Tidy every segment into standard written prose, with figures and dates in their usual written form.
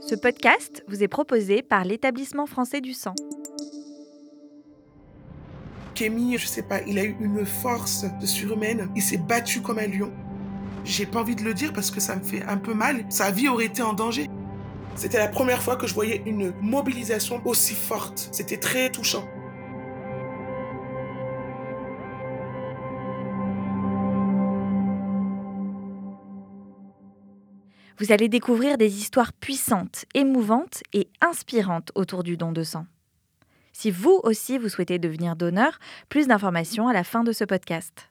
Ce podcast vous est proposé par l'Établissement français du sang. Kémy, je sais pas, il a eu une force de surhumaine. Il s'est battu comme un lion. J'ai pas envie de le dire parce que ça me fait un peu mal. Sa vie aurait été en danger. C'était la première fois que je voyais une mobilisation aussi forte. C'était très touchant. Vous allez découvrir des histoires puissantes, émouvantes et inspirantes autour du don de sang. Si vous aussi vous souhaitez devenir donneur, plus d'informations à la fin de ce podcast.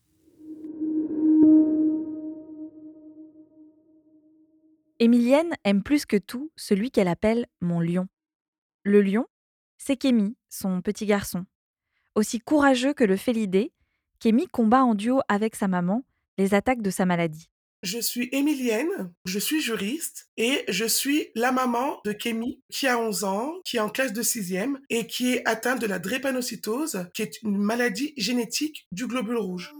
Émilienne aime plus que tout celui qu'elle appelle mon lion. Le lion, c'est Kémy, son petit garçon. Aussi courageux que le félidé, Kémy combat en duo avec sa maman les attaques de sa maladie. Je suis Émilienne, je suis juriste et je suis la maman de Kémy qui a 11 ans, qui est en classe de 6e et qui est atteinte de la drépanocytose, qui est une maladie génétique du globule rouge.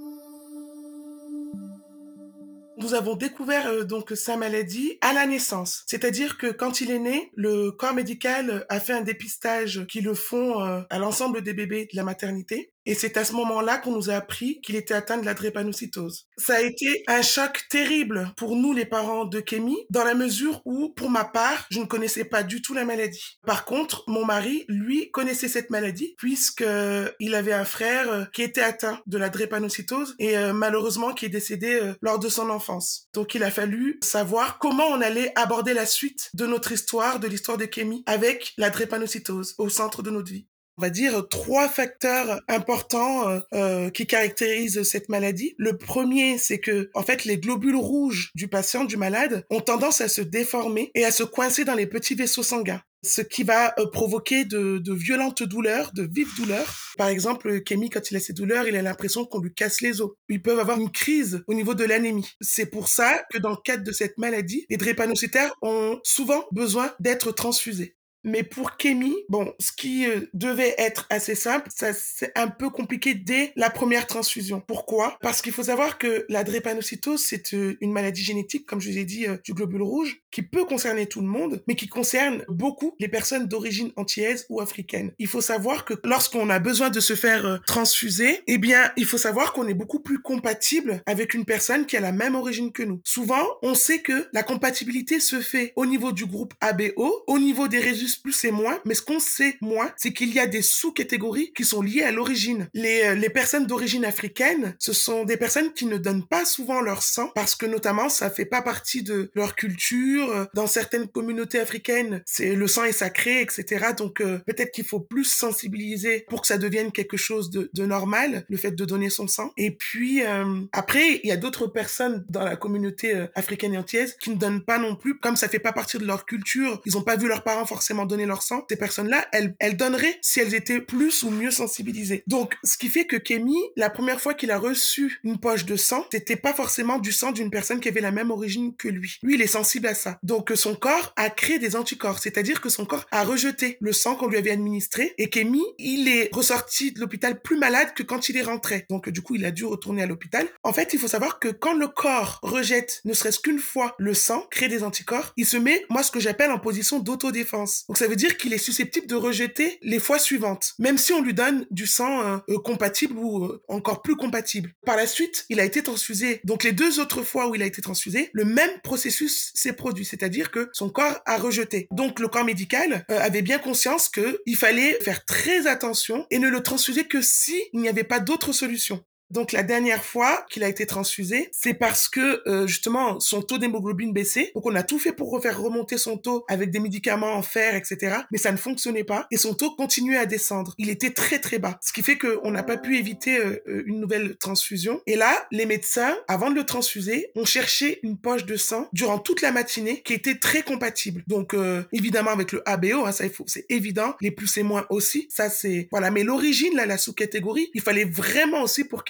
Nous avons découvert donc sa maladie à la naissance. C'est-à-dire que quand il est né, le corps médical a fait un dépistage qui le font à l'ensemble des bébés de la maternité. Et c'est à ce moment-là qu'on nous a appris qu'il était atteint de la drépanocytose. Ça a été un choc terrible pour nous, les parents de Kémy, dans la mesure où, pour ma part, je ne connaissais pas du tout la maladie. Par contre, mon mari, lui, connaissait cette maladie puisqu'il avait un frère qui était atteint de la drépanocytose et malheureusement qui est décédé lors de son enfance. Donc il a fallu savoir comment on allait aborder la suite de notre histoire, de l'histoire de Kémy, avec la drépanocytose au centre de notre vie. On va dire 3 facteurs importants qui caractérisent cette maladie. Le premier, c'est que en fait les globules rouges du patient, du malade, ont tendance à se déformer et à se coincer dans les petits vaisseaux sanguins, ce qui va provoquer de violentes douleurs, de vives douleurs. Par exemple, Kémy, quand il a ces douleurs, il a l'impression qu'on lui casse les os. Ils peuvent avoir une crise au niveau de l'anémie. C'est pour ça que dans le cadre de cette maladie, les drépanocytaires ont souvent besoin d'être transfusés. Mais pour Kémy, bon, ce qui devait être assez simple, ça c'est un peu compliqué dès la première transfusion. Pourquoi ? Parce qu'il faut savoir que la drépanocytose, c'est une maladie génétique, comme je vous ai dit, du globule rouge, qui peut concerner tout le monde, mais qui concerne beaucoup les personnes d'origine antillaise ou africaine. Il faut savoir que lorsqu'on a besoin de se faire transfuser, eh bien, il faut savoir qu'on est beaucoup plus compatible avec une personne qui a la même origine que nous. Souvent, on sait que la compatibilité se fait au niveau du groupe ABO, au niveau des rhésus plus et moins, mais ce qu'on sait moins, c'est qu'il y a des sous-catégories qui sont liées à l'origine. Les personnes d'origine africaine, ce sont des personnes qui ne donnent pas souvent leur sang, parce que notamment, ça fait pas partie de leur culture. Dans certaines communautés africaines, le sang est sacré, etc. Donc, peut-être qu'il faut plus sensibiliser pour que ça devienne quelque chose de normal, le fait de donner son sang. Et puis, après, il y a d'autres personnes dans la communauté africaine et antillaise qui ne donnent pas non plus, comme ça fait pas partie de leur culture, ils ont pas vu leurs parents forcément donner leur sang, ces personnes-là, elles donneraient si elles étaient plus ou mieux sensibilisées. Donc, ce qui fait que Kémy, la première fois qu'il a reçu une poche de sang, c'était pas forcément du sang d'une personne qui avait la même origine que lui. Lui, il est sensible à ça. Donc, son corps a créé des anticorps, c'est-à-dire que son corps a rejeté le sang qu'on lui avait administré et Kémy, il est ressorti de l'hôpital plus malade que quand il est rentré. Donc, du coup, il a dû retourner à l'hôpital. En fait, il faut savoir que quand le corps rejette ne serait-ce qu'une fois le sang, crée des anticorps, il se met, moi, ce que j'appelle en position d'autodéfense. Donc ça veut dire qu'il est susceptible de rejeter les fois suivantes, même si on lui donne du sang compatible ou encore plus compatible. Par la suite, il a été transfusé. Donc les 2 autres fois où il a été transfusé, le même processus s'est produit, c'est-à-dire que son corps a rejeté. Donc le corps médical avait bien conscience qu'il fallait faire très attention et ne le transfuser que si il n'y avait pas d'autre solution. Donc la dernière fois qu'il a été transfusé, c'est parce que justement son taux d'hémoglobine baissait. Donc on a tout fait pour refaire remonter son taux avec des médicaments en fer, etc. Mais ça ne fonctionnait pas et son taux continuait à descendre. Il était très très bas, ce qui fait qu'on n'a pas pu éviter une nouvelle transfusion. Et là, les médecins, avant de le transfuser, ont cherché une poche de sang durant toute la matinée qui était très compatible. Donc évidemment avec le ABO, hein, ça c'est évident. Les plus et moins aussi, ça c'est voilà. Mais l'origine là, la sous-catégorie, il fallait vraiment aussi pour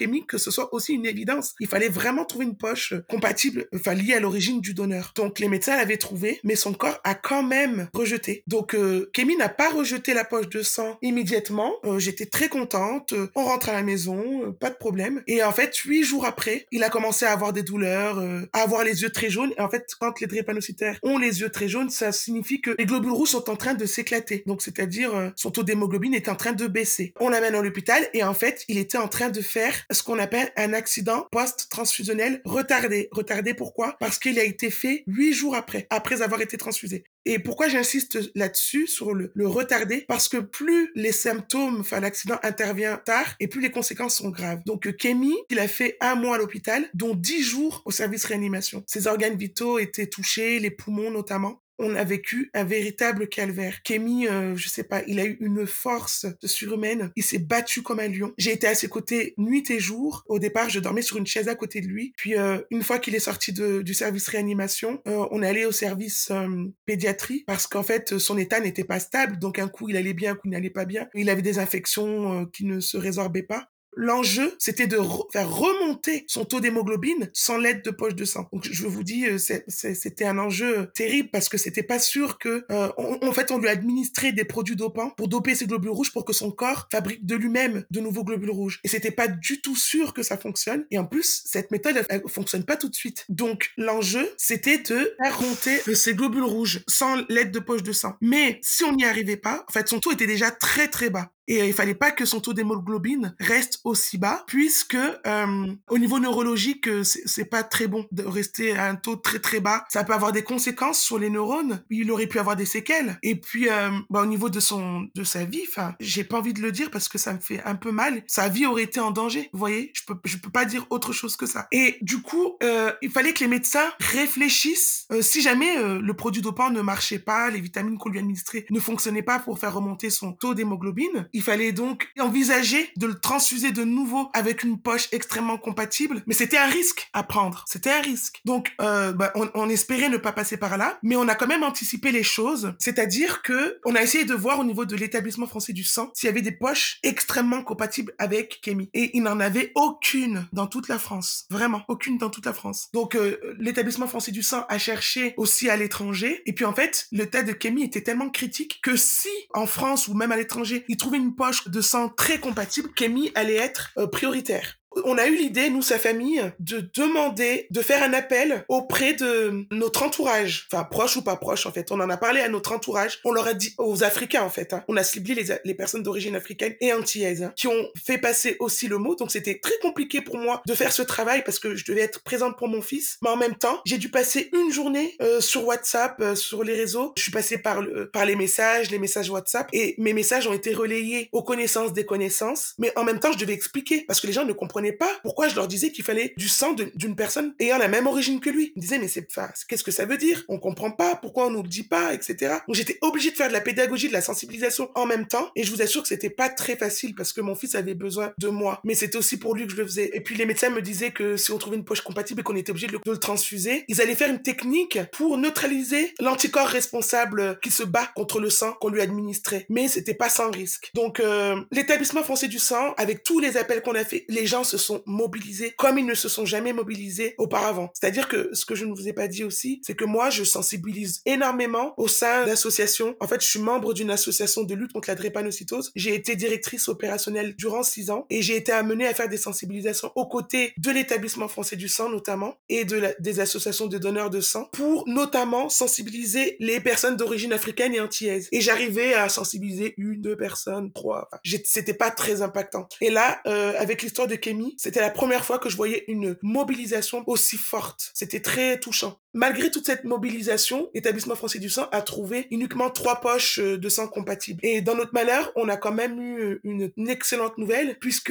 Kémy que ce soit aussi une évidence. Il fallait vraiment trouver une poche compatible, enfin liée à l'origine du donneur. Donc les médecins l'avaient trouvé, mais son corps a quand même rejeté. Donc Kémy n'a pas rejeté la poche de sang immédiatement. J'étais très contente. On rentre à la maison, pas de problème. Et en fait, 8 jours après, il a commencé à avoir des douleurs, à avoir les yeux très jaunes. Et en fait, quand les drépanocytaires ont les yeux très jaunes, ça signifie que les globules rouges sont en train de s'éclater. Donc c'est-à-dire son taux d'hémoglobine est en train de baisser. On l'amène à l'hôpital et en fait, il était en train de faire ce qu'on appelle un accident post-transfusionnel retardé. Retardé pourquoi? Parce qu'il a été fait 8 jours après avoir été transfusé. Et pourquoi j'insiste là-dessus, sur le retardé? Parce que plus les symptômes, enfin l'accident intervient tard, et plus les conséquences sont graves. Donc Kémy, il a fait 1 mois à l'hôpital, dont 10 jours au service réanimation. Ses organes vitaux étaient touchés, les poumons notamment. On a vécu un véritable calvaire. Kémy, je sais pas, il a eu une force surhumaine. Il s'est battu comme un lion. J'ai été à ses côtés nuit et jour. Au départ, je dormais sur une chaise à côté de lui. Puis, une fois qu'il est sorti du service réanimation, on est allé au service pédiatrie parce qu'en fait, son état n'était pas stable. Donc, un coup, il allait bien, un coup, il n'allait pas bien. Il avait des infections qui ne se résorbaient pas. L'enjeu, c'était de faire remonter son taux d'hémoglobine sans l'aide de poche de sang. Donc, je vous dis, c'était un enjeu terrible parce que c'était pas sûr que, en fait, on lui a administré des produits dopants pour doper ses globules rouges pour que son corps fabrique de lui-même de nouveaux globules rouges. Et c'était pas du tout sûr que ça fonctionne. Et en plus, cette méthode, elle fonctionne pas tout de suite. Donc, l'enjeu, c'était de faire remonter ses globules rouges sans l'aide de poche de sang. Mais si on n'y arrivait pas, en fait, son taux était déjà très très bas. Et il fallait pas que son taux d'hémoglobine reste aussi bas, puisque au niveau neurologique, c'est pas très bon de rester à un taux très très bas. Ça peut avoir des conséquences sur les neurones. Il aurait pu avoir des séquelles. Et puis, au niveau de sa vie, enfin, j'ai pas envie de le dire parce que ça me fait un peu mal. Sa vie aurait été en danger. Vous voyez, je peux pas dire autre chose que ça. Et du coup, il fallait que les médecins réfléchissent. Si jamais le produit dopant ne marchait pas, les vitamines qu'on lui administrait ne fonctionnaient pas pour faire remonter son taux d'hémoglobine, il fallait donc envisager de le transfuser de nouveau avec une poche extrêmement compatible, mais c'était un risque à prendre. C'était un risque. Donc, on espérait ne pas passer par là, mais on a quand même anticipé les choses, c'est-à-dire que on a essayé de voir au niveau de l'établissement français du sang s'il y avait des poches extrêmement compatibles avec Kémy. Et il n'en avait aucune dans toute la France. Vraiment, aucune dans toute la France. Donc, l'établissement français du sang a cherché aussi à l'étranger, et puis en fait, le tas de Kémy était tellement critique que si, en France ou même à l'étranger, il trouvait une poche de sang très compatible, Kémy allait être prioritaire. On a eu l'idée, nous, sa famille, de demander, de faire un appel auprès de notre entourage, enfin proche ou pas proche en fait. On en a parlé à notre entourage, on leur a dit, aux Africains en fait, hein. On a ciblé les personnes d'origine africaine et antillaises, hein, qui ont fait passer aussi le mot. Donc c'était très compliqué pour moi de faire ce travail parce que je devais être présente pour mon fils, mais en même temps, j'ai dû passer une journée sur WhatsApp, sur les réseaux. Je suis passée par les messages WhatsApp, et mes messages ont été relayés aux connaissances des connaissances, mais en même temps, je devais expliquer parce que les gens ne comprenaient pas pourquoi je leur disais qu'il fallait du sang d'une personne ayant la même origine que lui. Ils me disaient, mais qu'est-ce que ça veut dire? On comprend pas, pourquoi on nous le dit pas, etc. Donc j'étais obligée de faire de la pédagogie, de la sensibilisation en même temps, et je vous assure que c'était pas très facile parce que mon fils avait besoin de moi, mais c'était aussi pour lui que je le faisais. Et puis les médecins me disaient que si on trouvait une poche compatible et qu'on était obligé de le transfuser, ils allaient faire une technique pour neutraliser l'anticorps responsable qui se bat contre le sang qu'on lui administrait. Mais c'était pas sans risque. Donc l'établissement français du sang, avec tous les appels qu'on a fait, les gens se sont mobilisés comme ils ne se sont jamais mobilisés auparavant. C'est-à-dire que ce que je ne vous ai pas dit aussi, c'est que moi, je sensibilise énormément au sein d'associations. En fait, je suis membre d'une association de lutte contre la drépanocytose. J'ai été directrice opérationnelle durant 6 ans et j'ai été amenée à faire des sensibilisations aux côtés de l'établissement français du sang notamment et des associations de donneurs de sang pour notamment sensibiliser les personnes d'origine africaine et antillaise. Et j'arrivais à sensibiliser 1, 2 personnes, 3. Enfin, c'était pas très impactant. Et là, avec l'histoire de Kémy, c'était la première fois que je voyais une mobilisation aussi forte. C'était très touchant. Malgré toute cette mobilisation, l'établissement français du sang a trouvé uniquement 3 poches de sang compatibles. Et dans notre malheur, on a quand même eu une excellente nouvelle puisque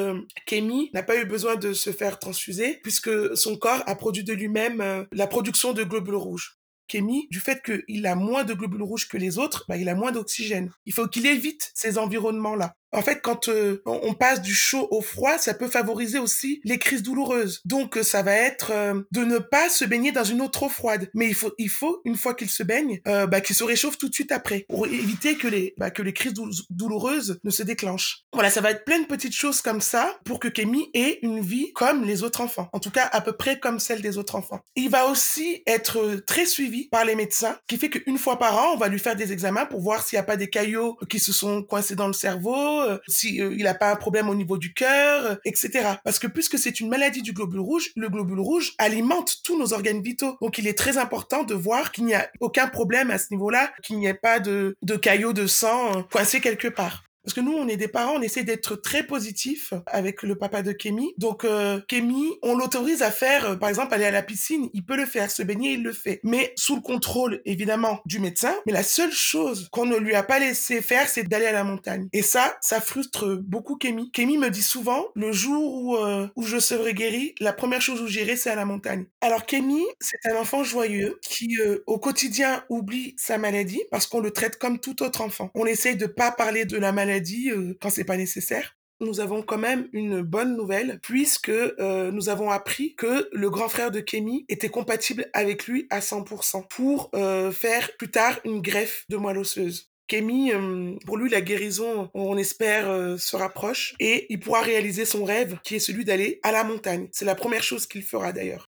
Kémy n'a pas eu besoin de se faire transfuser puisque son corps a produit de lui-même la production de globules rouges. Kémy, du fait qu'il a moins de globules rouges que les autres, il a moins d'oxygène. Il faut qu'il évite ces environnements-là. En fait, quand on passe du chaud au froid, ça peut favoriser aussi les crises douloureuses. Donc, ça va être de ne pas se baigner dans une eau trop froide. Mais il faut une fois qu'il se baigne, qu'il se réchauffe tout de suite après pour éviter que les crises douloureuses ne se déclenchent. Voilà, ça va être plein de petites choses comme ça pour que Kémy ait une vie comme les autres enfants. En tout cas, à peu près comme celle des autres enfants. Il va aussi être très suivi par les médecins, ce qui fait qu'une fois par an, on va lui faire des examens pour voir s'il n'y a pas des caillots qui se sont coincés dans le cerveau, si il n'a pas un problème au niveau du cœur, etc. Parce que puisque c'est une maladie du globule rouge, le globule rouge alimente tous nos organes vitaux. Donc il est très important de voir qu'il n'y a aucun problème à ce niveau-là, qu'il n'y ait pas de caillots de sang coincés quelque part. Parce que nous, on est des parents, on essaie d'être très positifs avec le papa de Kémy. Donc, Kémy, on l'autorise à faire, par exemple, aller à la piscine. Il peut le faire, se baigner, il le fait. Mais sous le contrôle, évidemment, du médecin. Mais la seule chose qu'on ne lui a pas laissé faire, c'est d'aller à la montagne. Et ça frustre beaucoup Kémy. Kémy me dit souvent, le jour où je serai guérie, la première chose où j'irai, c'est à la montagne. Alors, Kémy, c'est un enfant joyeux qui, au quotidien, oublie sa maladie parce qu'on le traite comme tout autre enfant. On essaye de pas parler de la maladie quand c'est pas nécessaire. Nous avons quand même une bonne nouvelle puisque nous avons appris que le grand frère de Kémy était compatible avec lui à 100% pour faire plus tard une greffe de moelle osseuse. Kémy, pour lui, la guérison, on espère, se rapproche et il pourra réaliser son rêve qui est celui d'aller à la montagne. C'est la première chose qu'il fera d'ailleurs.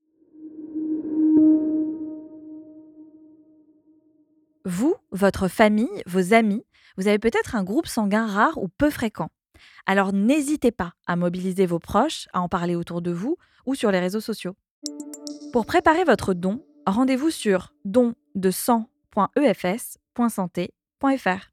Vous, votre famille, vos amis, vous avez peut-être un groupe sanguin rare ou peu fréquent. Alors n'hésitez pas à mobiliser vos proches, à en parler autour de vous ou sur les réseaux sociaux. Pour préparer votre don, rendez-vous sur dondesang.efs.santé.fr.